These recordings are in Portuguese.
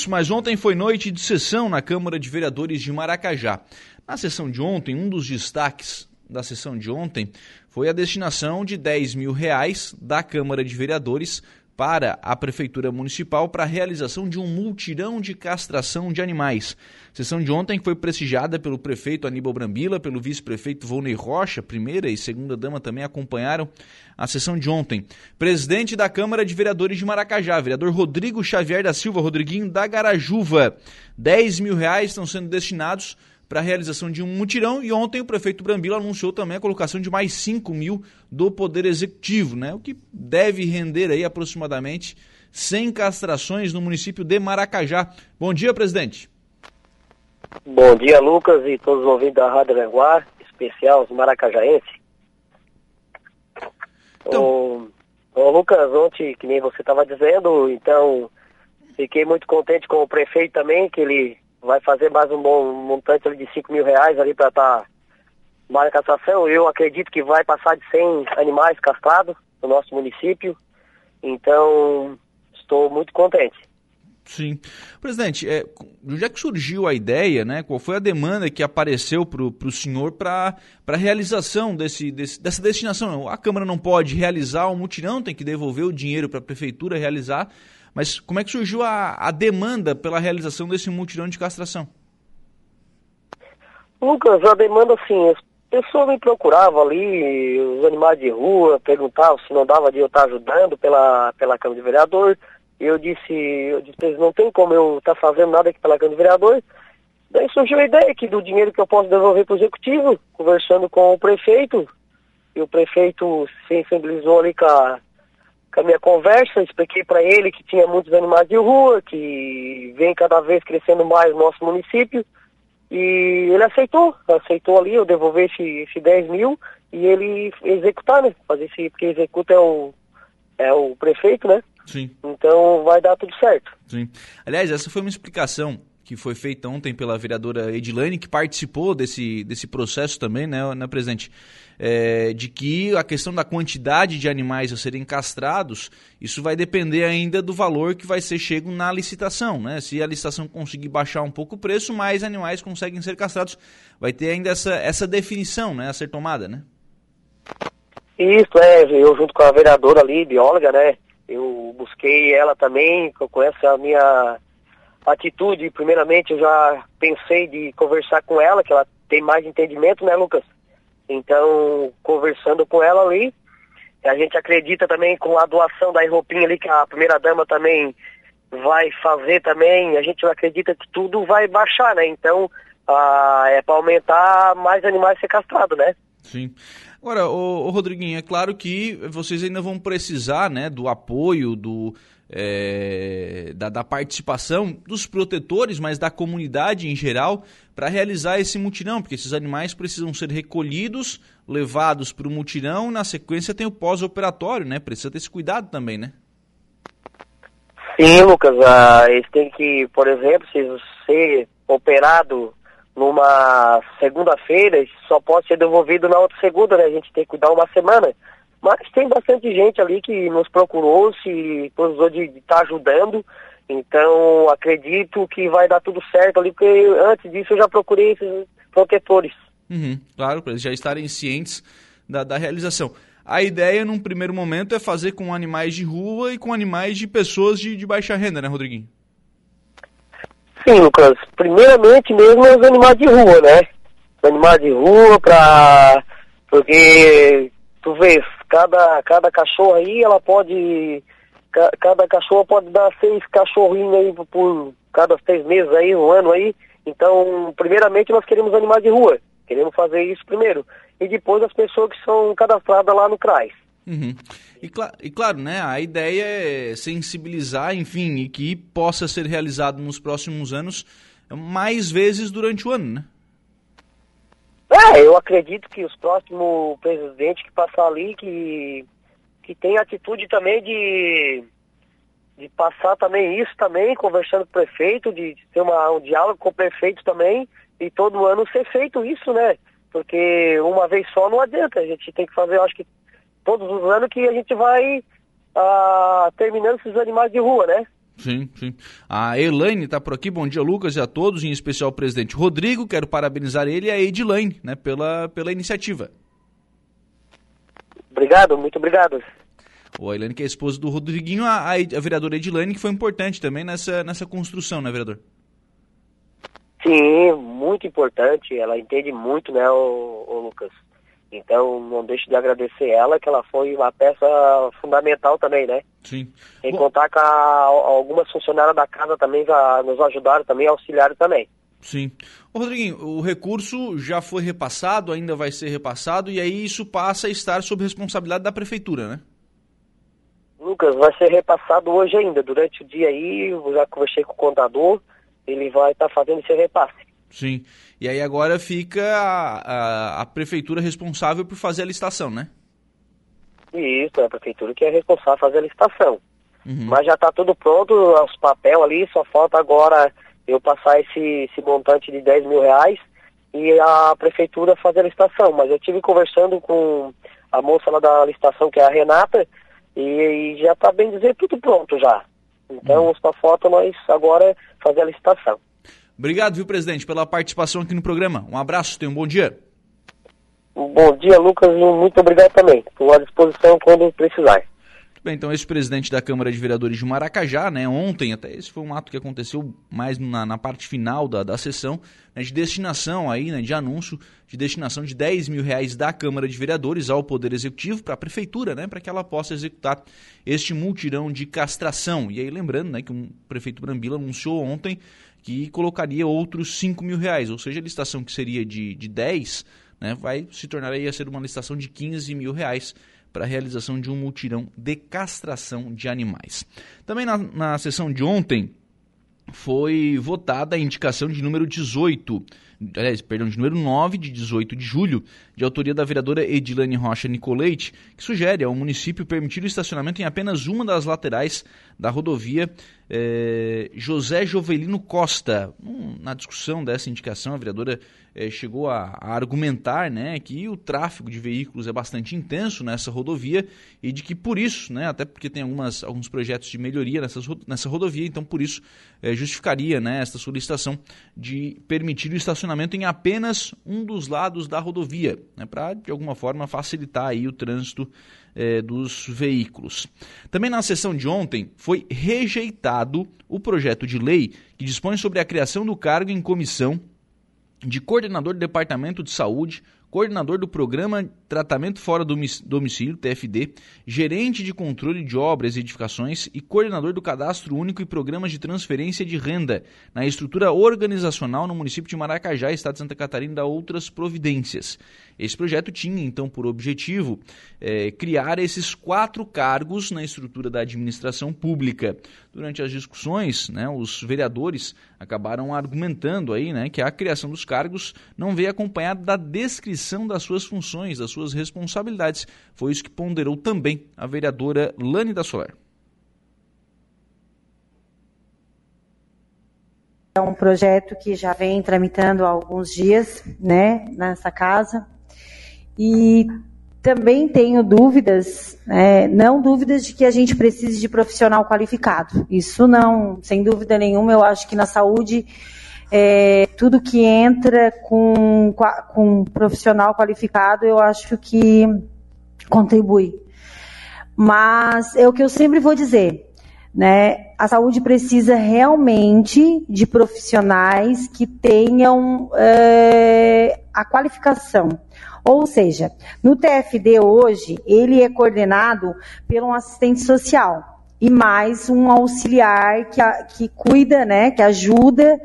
Lucas, mas ontem foi noite de sessão na Câmara de Vereadores de Maracajá. Na sessão de ontem, um dos destaques da sessão de ontem foi a destinação de R$10 mil da Câmara de Vereadores para a Prefeitura Municipal para a realização de um mutirão de castração de animais. A sessão de ontem foi prestigiada pelo prefeito Aníbal Brambila, pelo vice-prefeito Volney Rocha, primeira e segunda dama também acompanharam a sessão de ontem. Presidente da Câmara de Vereadores de Maracajá, vereador Rodrigo Xavier da Silva, Rodriguinho da Garajuva. R$10 mil estão sendo destinados para a realização de um mutirão, e ontem o prefeito Brambila anunciou também a colocação de mais 5 mil do Poder Executivo, né? O que deve render aí aproximadamente 100 castrações no município de Maracajá. Bom dia, presidente. Bom dia, Lucas, e todos os ouvintes da Rádio Aranguá, especial os maracajaenses. Então, Lucas, ontem, que nem você estava dizendo, então fiquei muito contente com o prefeito também, que ele vai fazer mais um bom montante ali de R$5 mil ali para estar na castração. Eu acredito que vai passar de 100 animais castrados no nosso município, então estou muito contente. Sim. Presidente, de onde é que surgiu a ideia, né? Qual foi a demanda que apareceu para o senhor para a realização dessa destinação? A Câmara não pode realizar um mutirão, tem que devolver o dinheiro para a Prefeitura realizar, mas como é que surgiu a demanda pela realização desse mutirão de castração? Lucas, a demanda, assim, as pessoas me procuravam ali, os animais de rua, perguntavam se não dava de eu estar ajudando pela Câmara de Vereador. Eu disse, não tem como eu estar fazendo nada aqui pela Câmara de Vereador. Daí surgiu a ideia que do dinheiro que eu posso devolver para o Executivo, conversando com o prefeito, e o prefeito se sensibilizou ali com a minha conversa, expliquei para ele que tinha muitos animais de rua, que vem cada vez crescendo mais o nosso município, e ele aceitou ali eu devolver esse 10 mil e ele executar, né? Fazer porque executa é o prefeito, né? Sim. Então vai dar tudo certo. Sim. Aliás, essa foi uma explicação que foi feita ontem pela vereadora Edilane, que participou desse processo também, né, presidente? De que a questão da quantidade de animais a serem castrados, isso vai depender ainda do valor que vai ser chego na licitação, né? Se a licitação conseguir baixar um pouco o preço, mais animais conseguem ser castrados. Vai ter ainda essa definição, né, a ser tomada, né? Isso, eu junto com a vereadora ali, bióloga, né? Eu busquei ela também, com essa minha atitude. Primeiramente, eu já pensei de conversar com ela, que ela tem mais entendimento, né, Lucas? Então, conversando com ela ali, a gente acredita também com a doação da roupinha ali, que a primeira-dama também vai fazer também, a gente acredita que tudo vai baixar, né? Então, é para aumentar mais animais ser castrados, né? Sim. Agora, ô Rodriguinho, é claro que vocês ainda vão precisar, né, do apoio, da participação dos protetores, mas da comunidade em geral, para realizar esse mutirão, porque esses animais precisam ser recolhidos, levados para o mutirão, na sequência tem o pós-operatório, né? Precisa ter esse cuidado também, né? Sim, Lucas, eles têm que, por exemplo, se ser operado numa segunda-feira, só pode ser devolvido na outra segunda, né? A gente tem que cuidar uma semana. Mas tem bastante gente ali que nos procurou, se precisou de estar ajudando. Então, acredito que vai dar tudo certo ali, porque antes disso eu já procurei esses protetores. Claro, para eles já estarem cientes da realização. A ideia, num primeiro momento, é fazer com animais de rua e com animais de pessoas de baixa renda, né, Rodriguinho? Sim, Lucas. Primeiramente mesmo os animais de rua, né? Os animais de rua porque tu vês, cada cachorro aí, cada cachorro pode dar 6 cachorrinhos aí por cada 6 meses aí, um ano aí. Então, primeiramente nós queremos animais de rua. Queremos fazer isso primeiro. E depois as pessoas que são cadastradas lá no CRAS. E claro, né, a ideia é sensibilizar, enfim, e que possa ser realizado nos próximos anos mais vezes durante o ano, né? Eu acredito que os próximos presidentes que passar ali, que tem atitude também de passar também isso também, conversando com o prefeito, de ter um diálogo com o prefeito também, e todo ano ser feito isso, né? Porque uma vez só não adianta, a gente tem que fazer, eu acho que todos os anos que a gente vai terminando esses animais de rua, né? Sim, sim. A Elaine está por aqui, bom dia, Lucas, e a todos, em especial o presidente Rodrigo, quero parabenizar ele e a Edilaine, né, pela iniciativa. Obrigado, muito obrigado. A Elaine, que é a esposa do Rodriguinho, a vereadora Edilaine, que foi importante também nessa construção, né, vereador? Sim, muito importante, ela entende muito, né, o Lucas. Então, não deixo de agradecer ela, que ela foi uma peça fundamental também, né? Sim. Sem contar com algumas funcionárias da casa também já nos ajudaram também, auxiliaram também. Sim. Rodriguinho, o recurso já foi repassado, ainda vai ser repassado, e aí isso passa a estar sob responsabilidade da prefeitura, né? Lucas, vai ser repassado hoje ainda. Durante o dia aí, eu já conversei com o contador, ele vai estar fazendo esse repasse. Sim. E aí agora fica a prefeitura responsável por fazer a licitação, né? Isso, é a prefeitura que é responsável por fazer a licitação. Uhum. Mas já está tudo pronto, os papéis ali, só falta agora eu passar esse montante de 10 mil reais e a prefeitura fazer a licitação. Mas eu estive conversando com a moça lá da licitação, que é a Renata, e já está, bem dizer, tudo pronto já. Então, só falta nós agora fazer a licitação. Obrigado, viu, presidente, pela participação aqui no programa. Um abraço, tenha um bom dia. Um bom dia, Lucas, e muito obrigado também. Estou à disposição quando precisar. Bem, então esse presidente da Câmara de Vereadores de Maracajá, né, ontem, até esse foi um ato que aconteceu mais na parte final da sessão, né, de destinação aí, né, de anúncio, de destinação de 10 mil reais da Câmara de Vereadores ao Poder Executivo, para a Prefeitura, né, para que ela possa executar este mutirão de castração. E aí lembrando, né, que o prefeito Brambila anunciou ontem que colocaria outros 5 mil reais, ou seja, a licitação que seria de 10, né, vai se tornar aí a ser uma licitação de 15 mil reais, para a realização de um mutirão de castração de animais. Também na sessão de ontem foi votada a indicação de número 9 de 18 de julho, de autoria da vereadora Edilane Rocha Nicoleite, que sugere ao município permitir o estacionamento em apenas uma das laterais da rodovia José Jovelino Costa. Na discussão dessa indicação, a vereadora chegou a argumentar, né, que o tráfego de veículos é bastante intenso nessa rodovia e de que por isso, né, até porque tem alguns projetos de melhoria nessa rodovia, então por isso justificaria, né, esta solicitação de permitir o estacionamento em apenas um dos lados da rodovia, né, para de alguma forma facilitar aí o trânsito dos veículos. Também na sessão de ontem foi rejeitado o projeto de lei que dispõe sobre a criação do cargo em comissão de coordenador do Departamento de Saúde, coordenador do Programa Tratamento Fora do Domicílio, TFD, gerente de controle de obras e edificações e coordenador do Cadastro Único e Programas de Transferência de Renda na estrutura organizacional no município de Maracajá, estado de Santa Catarina, e da outras providências. Esse projeto tinha, então, por objetivo criar esses 4 cargos na estrutura da administração pública. Durante as discussões, né, os vereadores acabaram argumentando aí, né, que a criação dos cargos não veio acompanhada da descrição das suas funções, das suas responsabilidades. Foi isso que ponderou também a vereadora Lani da Solar. É um projeto que já vem tramitando há alguns dias, né, nessa casa. E também tenho dúvidas, não dúvidas de que a gente precise de profissional qualificado. Isso não, sem dúvida nenhuma, eu acho que na saúde, tudo que entra com profissional qualificado, eu acho que contribui. Mas é o que eu sempre vou dizer, né? A saúde precisa realmente de profissionais que tenham a qualificação. Ou seja, no TFD hoje, ele é coordenado por um assistente social e mais um auxiliar que cuida, né, que ajuda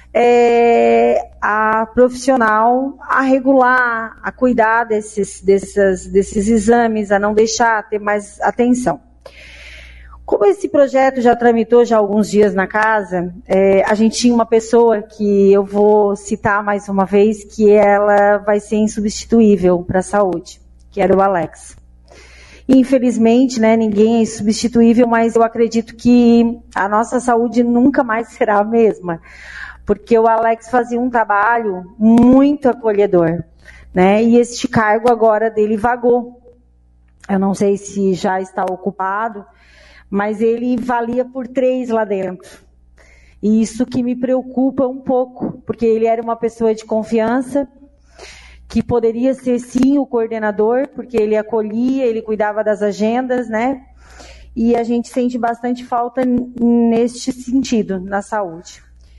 a profissional a regular, a cuidar desses exames, a não deixar, ter mais atenção. Como esse projeto já tramitou já há alguns dias na casa, a gente tinha uma pessoa que eu vou citar mais uma vez, que ela vai ser insubstituível para a saúde, que era o Alex. Infelizmente, né, ninguém é insubstituível, mas eu acredito que a nossa saúde nunca mais será a mesma, porque o Alex fazia um trabalho muito acolhedor, né, e este cargo agora dele vagou. Eu não sei se já está ocupado, mas ele valia por 3 lá dentro. E isso que me preocupa um pouco, porque ele era uma pessoa de confiança, que poderia ser sim o coordenador, porque ele acolhia, ele cuidava das agendas, né? E a gente sente bastante falta neste sentido, na saúde.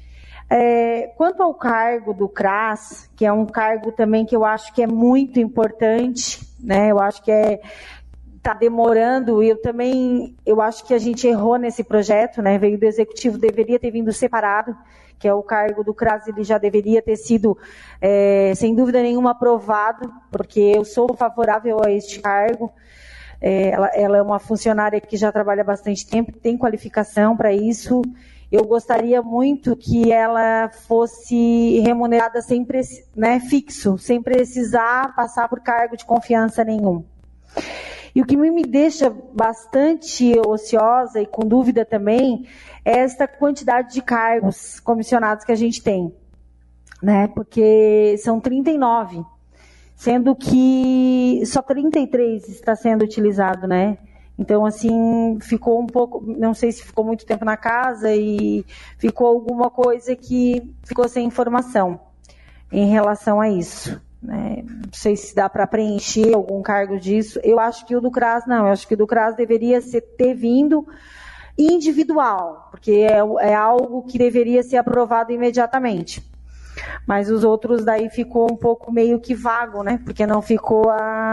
Quanto ao cargo do CRAS, que é um cargo também que eu acho que é muito importante, né? Eu acho que está demorando, eu acho que a gente errou nesse projeto, né? Veio do executivo, deveria ter vindo separado, que é o cargo do CRAS, ele já deveria ter sido, sem dúvida nenhuma, aprovado, porque eu sou favorável a este cargo. Ela é uma funcionária que já trabalha bastante tempo, tem qualificação para isso. Eu gostaria muito que ela fosse remunerada sempre, né, fixo, sem precisar passar por cargo de confiança nenhum. E o que me deixa bastante ociosa e com dúvida também é esta quantidade de cargos comissionados que a gente tem, né? Porque são 39, sendo que só 33 está sendo utilizado, né? Então, assim, ficou um pouco, não sei se ficou muito tempo na casa e ficou alguma coisa que ficou sem informação em relação a isso. Né? Não sei se dá para preencher algum cargo disso. Eu acho que o do CRAS não, eu acho que o do CRAS deveria ter vindo individual, porque é algo que deveria ser aprovado imediatamente. Mas os outros daí ficou um pouco meio que vago, né? Porque não ficou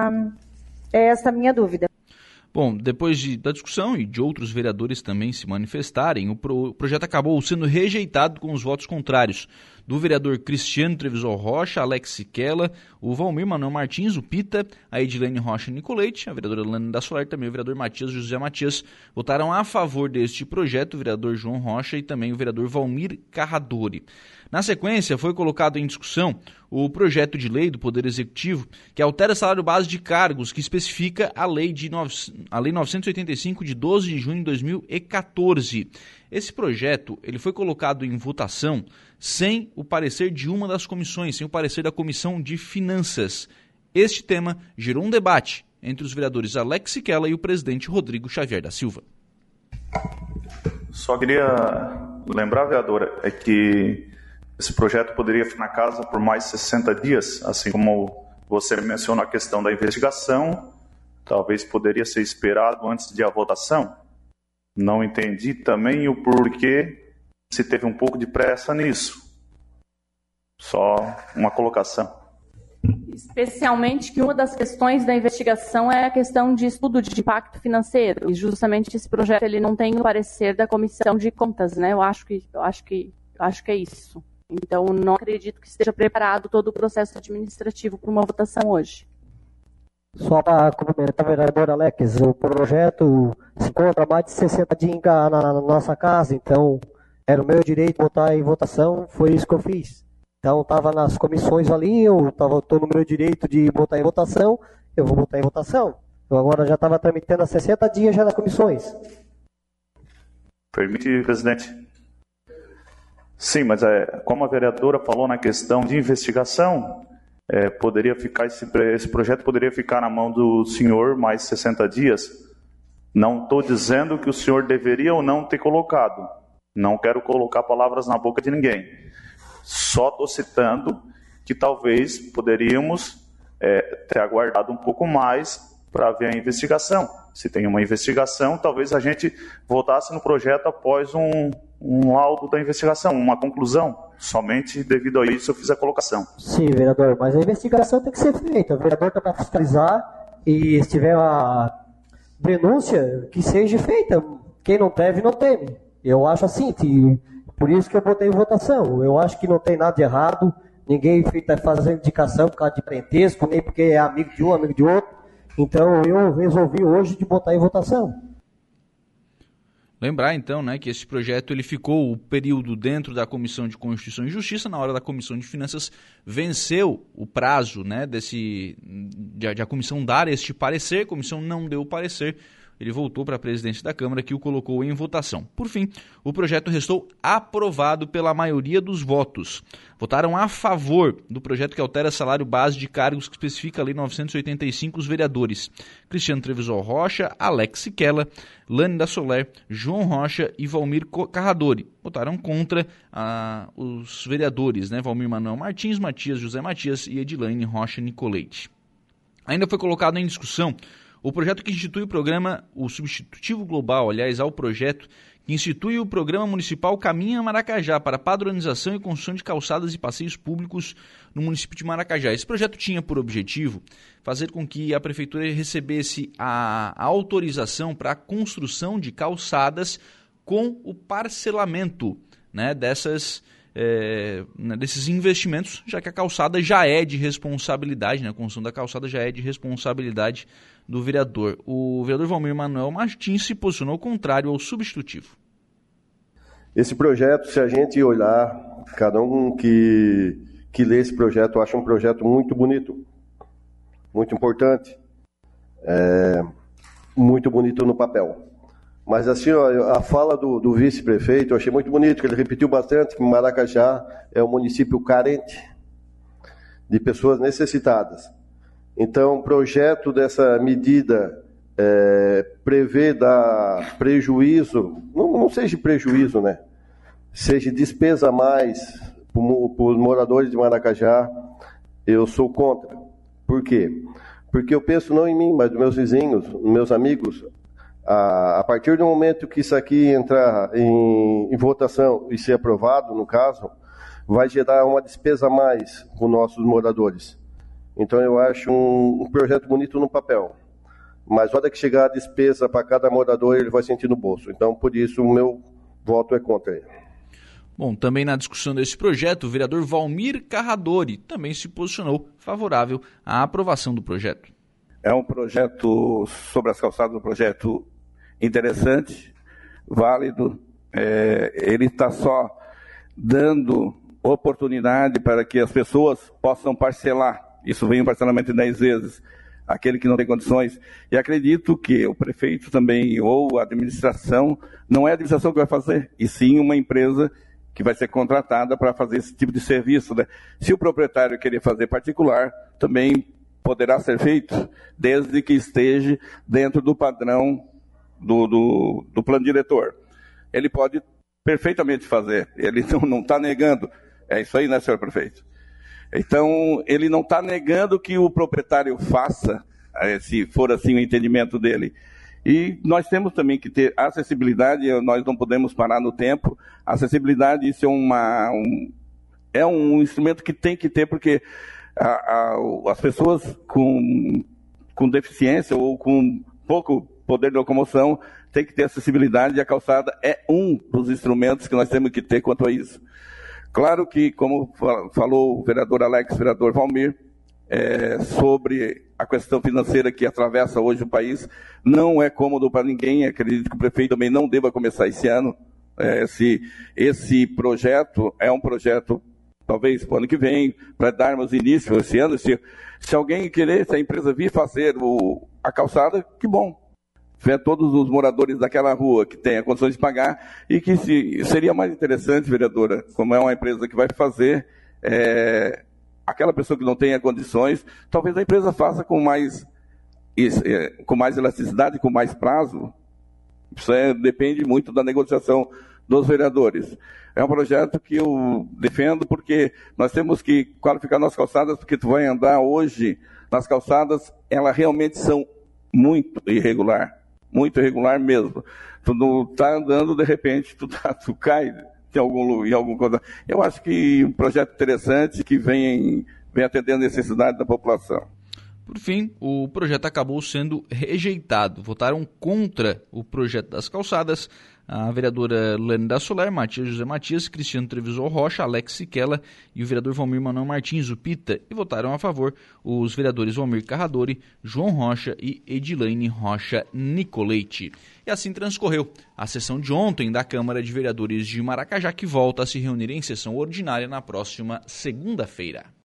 essa minha dúvida. Bom, depois da discussão e de outros vereadores também se manifestarem, o projeto acabou sendo rejeitado com os votos contrários do vereador Cristiano Trevisol Rocha, Alex Siquela, o Valmir Manuel Martins, o Pita, a Edilene Rocha Nicolete, a vereadora Lana da Solar e também o vereador Matias José Matias votaram a favor deste projeto, o vereador João Rocha e também o vereador Valmir Carradori. Na sequência, foi colocado em discussão o projeto de lei do Poder Executivo que altera o salário base de cargos que especifica a Lei 985 de 12 de junho de 2014. Esse projeto ele foi colocado em votação sem o parecer de uma das comissões, sem o parecer da Comissão de Finanças. Este tema gerou um debate entre os vereadores Alex Siquela e o presidente Rodrigo Xavier da Silva. Só queria lembrar, vereadora, que esse projeto poderia ficar na casa por mais 60 dias, assim como você mencionou a questão da investigação, talvez poderia ser esperado antes de a votação. Não entendi também o porquê se teve um pouco de pressa nisso. Só uma colocação. Especialmente que uma das questões da investigação é a questão de estudo de impacto financeiro, e justamente esse projeto ele não tem o parecer da Comissão de Contas, né? Eu acho que é isso. Então, não acredito que esteja preparado todo o processo administrativo para uma votação hoje. Só para comentar, vereador Alex, o projeto se encontra há mais de 60 dias na nossa casa, então era o meu direito botar em votação, foi isso que eu fiz. Então, estava nas comissões ali, eu estou no meu direito de botar em votação, eu vou botar em votação. Eu agora já estava tramitando há 60 dias já nas comissões. Permite, presidente? Sim, mas como a vereadora falou na questão de investigação, poderia ficar esse projeto poderia ficar na mão do senhor mais 60 dias. Não estou dizendo que o senhor deveria ou não ter colocado. Não quero colocar palavras na boca de ninguém. Só estou citando que talvez poderíamos ter aguardado um pouco mais para ver a investigação. Se tem uma investigação, talvez a gente votasse no projeto após um laudo da investigação, uma conclusão. Somente devido a isso eu fiz a colocação. Sim, vereador, mas a investigação tem que ser feita. O vereador está para fiscalizar e se tiver a denúncia, que seja feita. Quem não deve, não teme. Eu acho assim, por isso que eu botei em votação. Eu acho que não tem nada de errado. Ninguém está fazendo indicação por causa de parentesco, nem porque é amigo de um, amigo de outro. Então eu resolvi hoje de botar em votação. Lembrar então, né, que esse projeto ele ficou o período dentro da Comissão de Constituição e Justiça, na hora da Comissão de Finanças venceu o prazo, né, de a comissão dar este parecer, a comissão não deu o parecer, ele voltou para a presidência da Câmara, que o colocou em votação. Por fim, o projeto restou aprovado pela maioria dos votos. Votaram a favor do projeto que altera salário base de cargos que especifica a Lei 985 os vereadores Cristiano Trevisan Rocha, Alex Siquela, Lani da Soler, João Rocha e Valmir Carradori. Votaram contra os vereadores, Valmir Manuel Martins, Matias José Matias e Edilaine Rocha Nicolete. Ainda foi colocado em discussão o projeto que institui o programa, o substitutivo global, ao projeto que institui o Programa Municipal Caminha Maracajá para padronização e construção de calçadas e passeios públicos no município de Maracajá. Esse projeto tinha por objetivo fazer com que a Prefeitura recebesse a autorização para a construção de calçadas com o parcelamento desses investimentos, já que a calçada já é de responsabilidade, a construção da calçada já é de responsabilidade do vereador. O vereador Valmir Manuel Martins se posicionou contrário ao substitutivo. Esse projeto, se a gente olhar, cada um que lê esse projeto acha um projeto muito bonito, muito importante, muito bonito no papel. Mas assim, a fala do vice-prefeito, eu achei muito bonito, que ele repetiu bastante que Maracajá é um município carente de pessoas necessitadas. Então, o projeto dessa medida prevê dar prejuízo, não seja prejuízo, seja despesa a mais para os moradores de Maracajá, eu sou contra. Por quê? Porque eu penso não em mim, mas nos meus vizinhos, nos meus amigos. A partir do momento que isso aqui entrar em votação e ser aprovado, no caso, vai gerar uma despesa a mais para os nossos moradores. Então eu acho um projeto bonito no papel, mas a hora que chegar a despesa para cada morador, ele vai sentir no bolso. Então, por isso, o meu voto é contra ele. Bom, também na discussão desse projeto, o vereador Valmir Carradori também se posicionou favorável à aprovação do projeto. É um projeto sobre as calçadas, um projeto interessante, válido. Ele está só dando oportunidade para que as pessoas possam parcelar. Isso vem um parcelamento em 10 vezes, aquele que não tem condições. E acredito que o prefeito também, ou a administração, não é a administração que vai fazer, e sim uma empresa que vai ser contratada para fazer esse tipo de serviço. Se o proprietário querer fazer particular, também poderá ser feito, desde que esteja dentro do padrão do plano diretor. Ele pode perfeitamente fazer, ele não está negando. É isso aí, senhor prefeito? Então, ele não está negando que o proprietário faça, se for assim o entendimento dele. E nós temos também que ter acessibilidade, nós não podemos parar no tempo. A acessibilidade, isso é um instrumento que tem que ter, porque as pessoas com deficiência ou com pouco poder de locomoção têm que ter acessibilidade, e a calçada é um dos instrumentos que nós temos que ter quanto a isso. Claro que, como falou o vereador Alex, o vereador Valmir, sobre a questão financeira que atravessa hoje o país, não é cômodo para ninguém. Acredito que o prefeito também não deva começar esse ano. Esse projeto é um projeto, talvez, para o ano que vem, para darmos início esse ano. Se alguém querer, se a empresa vir fazer a calçada, que bom. Ver todos os moradores daquela rua que tenham condições de pagar, e que seria mais interessante, vereadora, como é uma empresa que vai fazer, aquela pessoa que não tenha condições, talvez a empresa faça com mais elasticidade, com mais prazo. Isso depende muito da negociação dos vereadores. É um projeto que eu defendo, porque nós temos que qualificar nossas calçadas, porque tu vai andar hoje nas calçadas, elas realmente são muito irregular mesmo. Tu não está andando, de repente, tu cai em algum coisa. Eu acho que um projeto interessante que vem atendendo a necessidade da população. Por fim, o projeto acabou sendo rejeitado. Votaram contra o projeto das calçadas a vereadora Lani da Soler, Matias José Matias, Cristiano Trevisan Rocha, Alex Siquela e o vereador Valmir Manuel Martins, o Pita, e votaram a favor os vereadores Valmir Carradori, João Rocha e Edilaine Rocha Nicolete. E assim transcorreu a sessão de ontem da Câmara de Vereadores de Maracajá, que volta a se reunir em sessão ordinária na próxima segunda-feira.